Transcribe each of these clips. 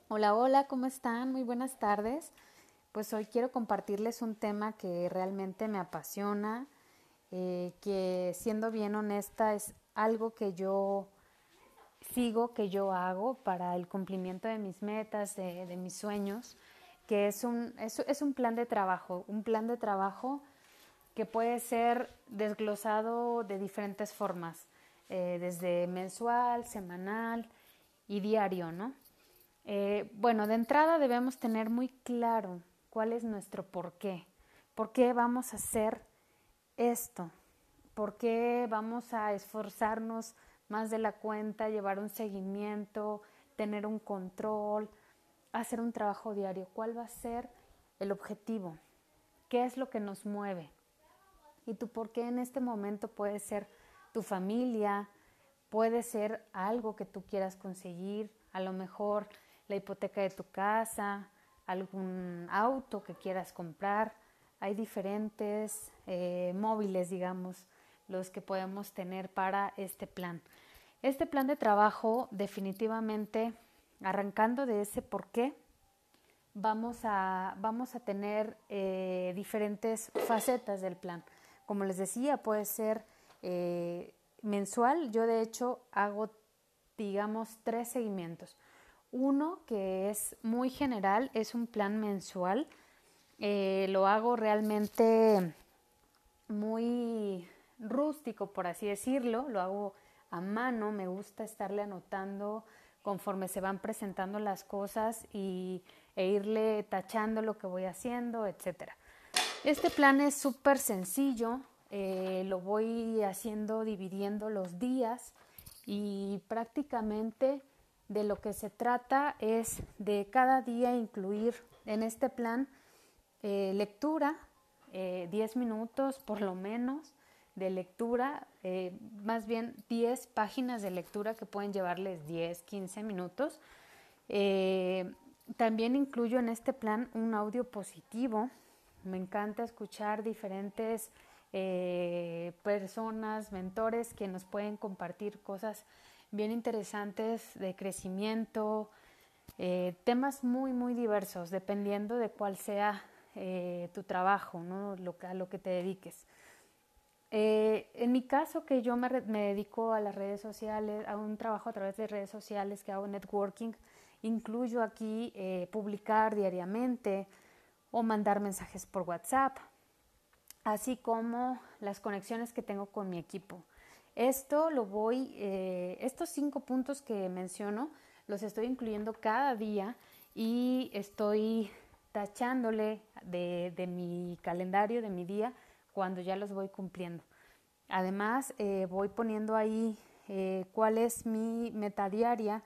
Hola, hola, ¿cómo están? Muy buenas tardes. Pues hoy quiero compartirles un tema que realmente me apasiona, que siendo bien honesta es algo que yo sigo, que yo hago para el cumplimiento de mis metas, de mis sueños, que es un plan de trabajo que puede ser desglosado de diferentes formas, desde mensual, semanal y diario, ¿no? Bueno, de entrada debemos tener muy claro cuál es nuestro por qué vamos a hacer esto, por qué vamos a esforzarnos más de la cuenta, llevar un seguimiento, tener un control, hacer un trabajo diario, cuál va a ser el objetivo, qué es lo que nos mueve y tu por qué en este momento puede ser tu familia, puede ser algo que tú quieras conseguir, a lo mejor la hipoteca de tu casa, algún auto que quieras comprar. Hay diferentes móviles, digamos, los que podemos tener para este plan. Este plan de trabajo definitivamente, arrancando de ese por qué, vamos a tener diferentes facetas del plan. Como les decía, puede ser mensual. Yo de hecho hago, digamos, 3 seguimientos. Uno que es muy general, es un plan mensual. Lo hago realmente muy rústico, por así decirlo. Lo hago a mano, me gusta estarle anotando conforme se van presentando las cosas e irle tachando lo que voy haciendo, etcétera. Este plan es súper sencillo, lo voy haciendo dividiendo los días y prácticamente de lo que se trata es de cada día incluir en este plan lectura, 10 minutos por lo menos de lectura, más bien 10 páginas de lectura que pueden llevarles 10, 15 minutos. Eh, También incluyo en este plan un audio positivo. Me encanta escuchar diferentes personas, mentores que nos pueden compartir cosas bien interesantes de crecimiento, temas muy, muy diversos, dependiendo de cuál sea tu trabajo, ¿no? A lo que te dediques. En mi caso, que yo me dedico a las redes sociales, a un trabajo a través de redes sociales, que hago networking, incluyo aquí publicar diariamente o mandar mensajes por WhatsApp, así como las conexiones que tengo con mi equipo. Estos 5 puntos que menciono, los estoy incluyendo cada día y estoy tachándole de mi calendario, de mi día, cuando ya los voy cumpliendo. Además, voy poniendo ahí cuál es mi meta diaria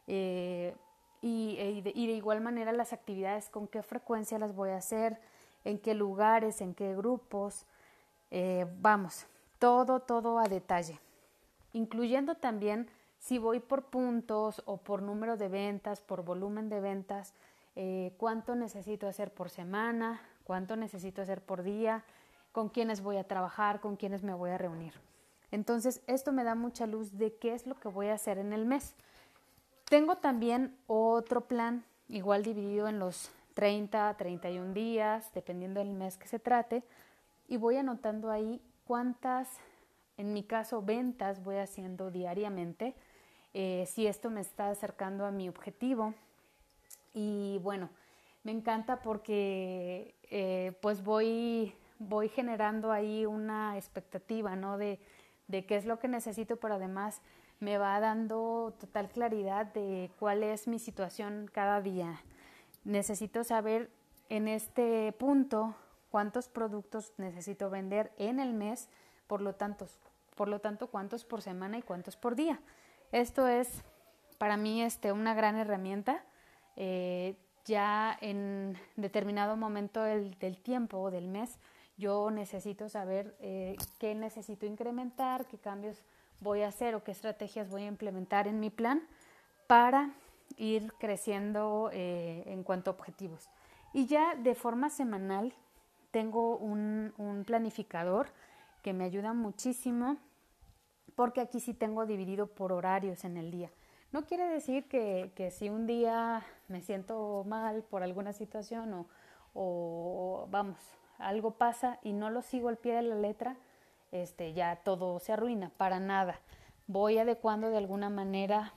y de igual manera las actividades, con qué frecuencia las voy a hacer, en qué lugares, en qué grupos. Vamos, todo a detalle, incluyendo también si voy por puntos o por número de ventas, por volumen de ventas, cuánto necesito hacer por semana, cuánto necesito hacer por día, con quiénes voy a trabajar, con quiénes me voy a reunir. Entonces, esto me da mucha luz de qué es lo que voy a hacer en el mes. Tengo también otro plan, igual dividido en los 30, 31 días, dependiendo del mes que se trate, y voy anotando ahí cuántas, en mi caso, ventas voy haciendo diariamente, si esto me está acercando a mi objetivo. Y bueno, me encanta porque pues voy generando ahí una expectativa, ¿no? De qué es lo que necesito, pero además me va dando total claridad de cuál es mi situación cada día. Necesito saber en este punto cuántos productos necesito vender en el mes, por lo tanto cuántos por semana y cuántos por día. Esto es para mí una gran herramienta. Ya en determinado momento del tiempo o del mes, yo necesito saber qué necesito incrementar, qué cambios voy a hacer o qué estrategias voy a implementar en mi plan para ir creciendo en cuanto a objetivos. Y ya de forma semanal tengo un planificador que me ayuda muchísimo porque aquí sí tengo dividido por horarios en el día. No quiere decir que si un día me siento mal por alguna situación o vamos, algo pasa y no lo sigo al pie de la letra, ya todo se arruina, para nada. Voy adecuando de alguna manera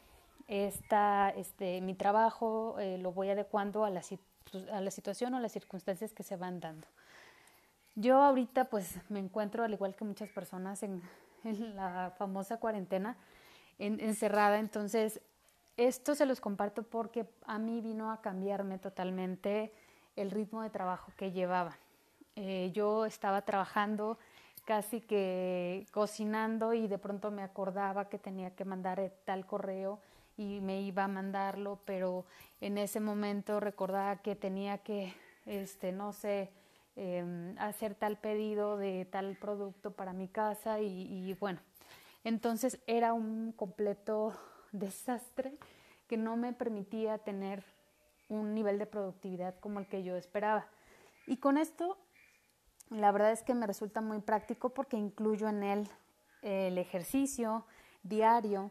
mi trabajo, lo voy adecuando a la situación o las circunstancias que se van dando. Yo ahorita pues me encuentro, al igual que muchas personas, en la famosa cuarentena, encerrada. Entonces, esto se los comparto porque a mí vino a cambiarme totalmente el ritmo de trabajo que llevaba. Yo estaba trabajando casi que cocinando y de pronto me acordaba que tenía que mandar tal correo y me iba a mandarlo, pero en ese momento recordaba que tenía que, no sé, hacer tal pedido de tal producto para mi casa y bueno, entonces era un completo desastre que no me permitía tener un nivel de productividad como el que yo esperaba. Y con esto, la verdad es que me resulta muy práctico porque incluyo en él el ejercicio diario,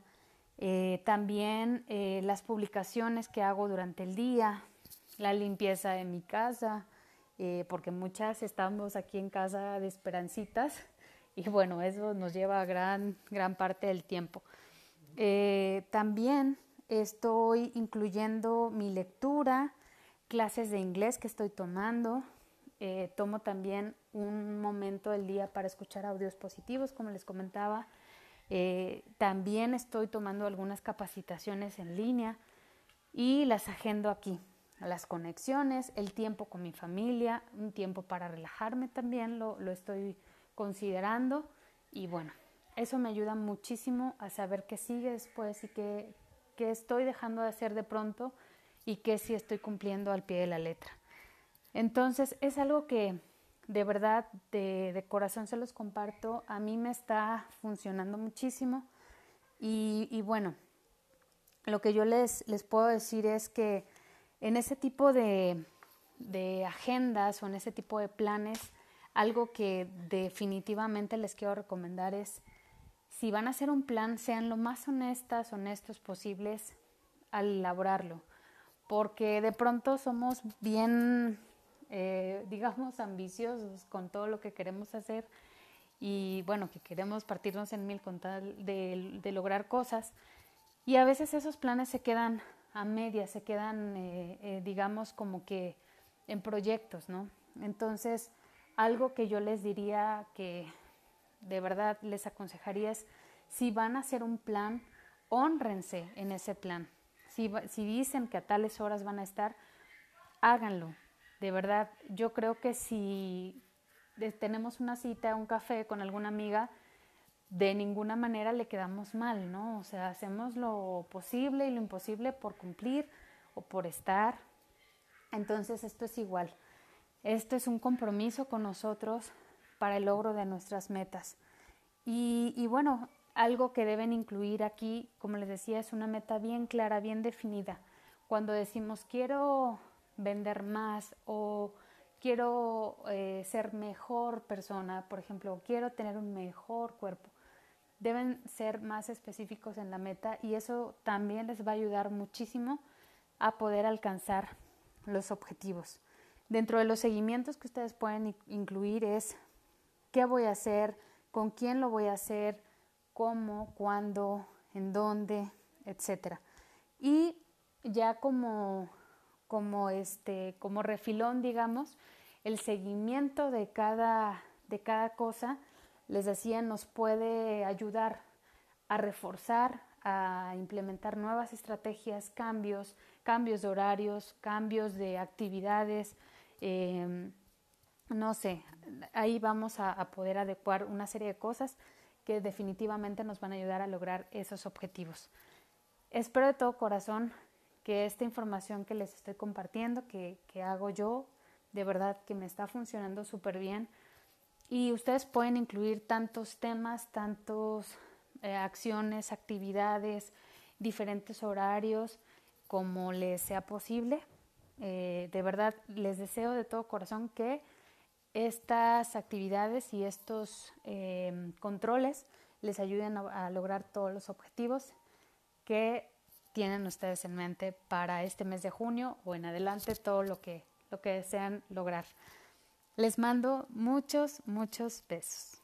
también las publicaciones que hago durante el día, la limpieza de mi casa, porque muchas estamos aquí en casa de esperancitas y bueno, eso nos lleva gran parte del tiempo. También estoy incluyendo mi lectura, clases de inglés que estoy tomando. Tomo también un momento del día para escuchar audios positivos, como les comentaba. También estoy tomando algunas capacitaciones en línea y las agendo aquí. Las conexiones, el tiempo con mi familia, un tiempo para relajarme también lo estoy considerando y bueno, eso me ayuda muchísimo a saber qué sigue después y qué estoy dejando de hacer de pronto y qué sí estoy cumpliendo al pie de la letra. Entonces es algo que de verdad, de corazón se los comparto, a mí me está funcionando muchísimo y bueno, lo que yo les puedo decir es que en ese tipo de agendas o en ese tipo de planes, algo que definitivamente les quiero recomendar es, si van a hacer un plan, sean lo más honestos posibles al elaborarlo, porque de pronto somos bien, digamos, ambiciosos con todo lo que queremos hacer y bueno, que queremos partirnos en mil con tal de lograr cosas. Y a veces esos planes se quedan a medias, se quedan, digamos, como que en proyectos, ¿no? Entonces, algo que yo les diría que de verdad les aconsejaría es, si van a hacer un plan, hónrense en ese plan. Si dicen que a tales horas van a estar, háganlo. De verdad, yo creo que si tenemos una cita, un café con alguna amiga, de ninguna manera le quedamos mal, ¿no? O sea, hacemos lo posible y lo imposible por cumplir o por estar. Entonces esto es igual. Esto es un compromiso con nosotros para el logro de nuestras metas. Y bueno, algo que deben incluir aquí, como les decía, es una meta bien clara, bien definida. Cuando decimos quiero vender más o quiero ser mejor persona, por ejemplo, quiero tener un mejor cuerpo, deben ser más específicos en la meta y eso también les va a ayudar muchísimo a poder alcanzar los objetivos. Dentro de los seguimientos que ustedes pueden incluir es qué voy a hacer, con quién lo voy a hacer, cómo, cuándo, en dónde, etcétera. Y ya como refilón, digamos, el seguimiento de cada cosa, les decía, nos puede ayudar a reforzar, a implementar nuevas estrategias, cambios de horarios, cambios de actividades, no sé, ahí vamos a poder adecuar una serie de cosas que definitivamente nos van a ayudar a lograr esos objetivos. Espero de todo corazón que esta información que les estoy compartiendo, que hago yo, de verdad que me está funcionando súper bien. Y ustedes pueden incluir tantos temas, tantos acciones, actividades, diferentes horarios, como les sea posible. De verdad, les deseo de todo corazón que estas actividades y estos controles les ayuden a lograr todos los objetivos que tienen ustedes en mente para este mes de junio o en adelante, todo lo que desean lograr. Les mando muchos, muchos besos.